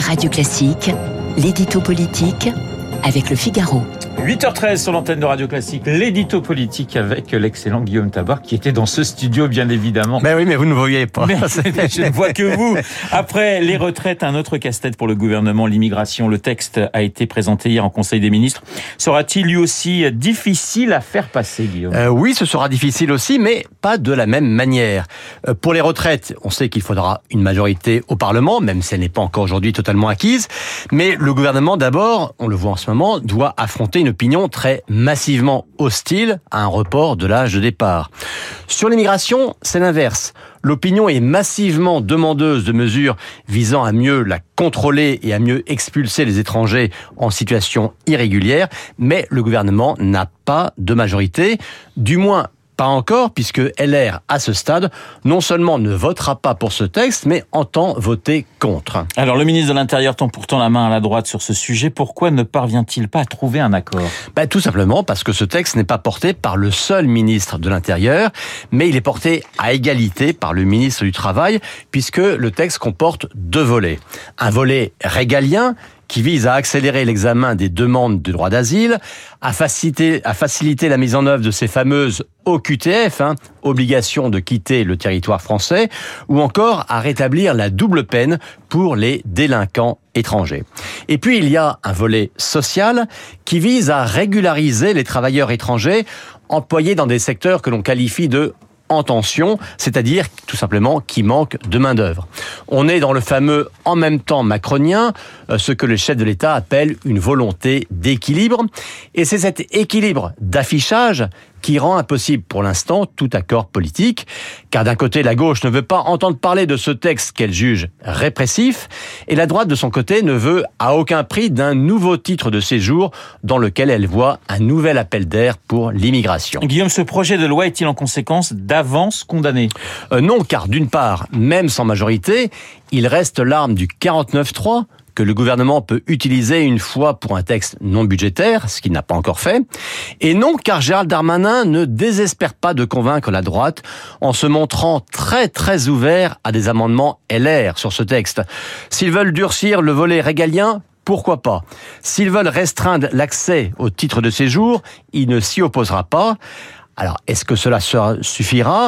Radio Classique, l'édito politique avec Le Figaro. 8h13 sur l'antenne de Radio Classique, l'édito politique avec l'excellent Guillaume Tabar qui était dans ce studio bien évidemment. Mais oui, mais vous ne voyez pas. Mais je ne vois que vous. Après les retraites, un autre casse-tête pour le gouvernement, l'immigration. Le texte a été présenté hier en Conseil des ministres. Sera-t-il lui aussi difficile à faire passer, Guillaume ? Oui, ce sera difficile aussi, mais pas de la même manière. Pour les retraites, on sait qu'il faudra une majorité au Parlement, même si elle n'est pas encore aujourd'hui totalement acquise. Mais le gouvernement, d'abord, on le voit en ce moment, doit affronter une opinion très massivement hostile à un report de l'âge de départ. Sur l'immigration, c'est l'inverse. L'opinion est massivement demandeuse de mesures visant à mieux la contrôler et à mieux expulser les étrangers en situation irrégulière, mais le gouvernement n'a pas de majorité, du moins pas encore, puisque LR, à ce stade, non seulement ne votera pas pour ce texte, mais entend voter contre. Alors, le ministre de l'Intérieur tend pourtant la main à la droite sur ce sujet. Pourquoi ne parvient-il pas à trouver un accord ? Tout simplement parce que ce texte n'est pas porté par le seul ministre de l'Intérieur, mais il est porté à égalité par le ministre du Travail, puisque le texte comporte deux volets. Un volet régalien, qui vise à accélérer l'examen des demandes de droit d'asile, à faciliter la mise en œuvre de ces fameuses OQTF, obligation de quitter le territoire français, ou encore à rétablir la double peine pour les délinquants étrangers. Et puis il y a un volet social qui vise à régulariser les travailleurs étrangers employés dans des secteurs que l'on qualifie de en tension, c'est-à-dire tout simplement qui manque de main-d'œuvre. On est dans le fameux « en même temps » macronien, ce que le chef de l'État appelle une volonté d'équilibre. Et c'est cet équilibre d'affichage qui rend impossible pour l'instant tout accord politique, car d'un côté, la gauche ne veut pas entendre parler de ce texte qu'elle juge répressif, et la droite, de son côté, ne veut à aucun prix d'un nouveau titre de séjour dans lequel elle voit un nouvel appel d'air pour l'immigration. Guillaume, ce projet de loi est-il en conséquence d'avance condamné ? Non, car d'une part, même sans majorité, il reste l'arme du 49-3, que le gouvernement peut utiliser une fois pour un texte non budgétaire, ce qu'il n'a pas encore fait. Et non, car Gérald Darmanin ne désespère pas de convaincre la droite en se montrant très très ouvert à des amendements LR sur ce texte. S'ils veulent durcir le volet régalien, pourquoi pas ? S'ils veulent restreindre l'accès au titre de séjour, il ne s'y opposera pas. Alors, est-ce que cela suffira ?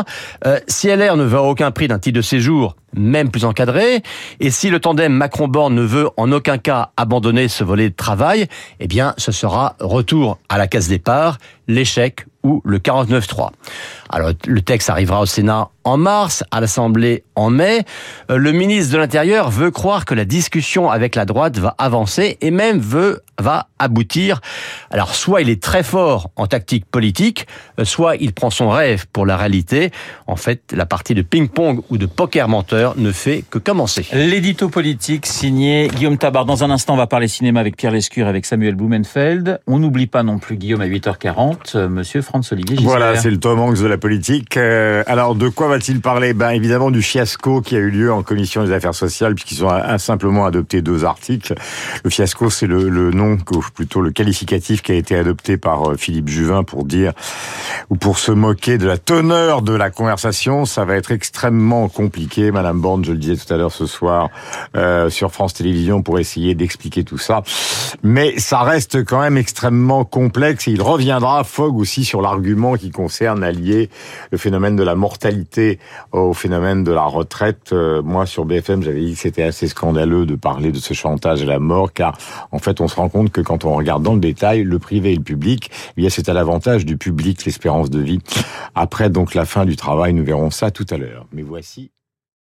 Si LR ne veut à aucun prix d'un titre de séjour, même plus encadré, et si le tandem Macron-Borne ne veut en aucun cas abandonner ce volet de travail, eh bien, ce sera retour à la case départ, l'échec ou le 49-3. Alors, le texte arrivera au Sénat en mars, à l'Assemblée en mai. Le ministre de l'Intérieur veut croire que la discussion avec la droite va avancer et même va aboutir. Alors, soit il est très fort en tactique politique, soit il prend son rêve pour la réalité. En fait, la partie de ping-pong ou de poker menteur ne fait que commencer. L'édito politique signé Guillaume Tabar. Dans un instant, on va parler cinéma avec Pierre Lescure et avec Samuel Blumenfeld. On n'oublie pas non plus, Guillaume, à 8h40, monsieur François-Olivier Gisbert. Voilà, c'est le Tom Hanks de la politique. Alors, de quoi va-t-il parler ? Évidemment, du fiasco qui a eu lieu en commission des affaires sociales, puisqu'ils ont simplement adopté 2 articles. Le fiasco, c'est le nom, ou plutôt le qualificatif qui a été adopté par Philippe Juvin pour dire, ou pour se moquer de la teneur de la conversation. Ça va être extrêmement compliqué. Madame Borne, je le disais tout à l'heure ce soir, sur France Télévisions pour essayer d'expliquer tout ça. Mais ça reste quand même extrêmement complexe et il reviendra, Fogg, aussi sur l'argument qui concerne à lier le phénomène de la mortalité au phénomène de la retraite. Moi, sur BFM, j'avais dit que c'était assez scandaleux de parler de ce chantage à la mort, car en fait, on se rend compte que quand on regarde dans le détail, le privé et le public, c'est à l'avantage du public, l'espérance de vie. Après, donc, la fin du travail, nous verrons ça tout à l'heure. Mais voici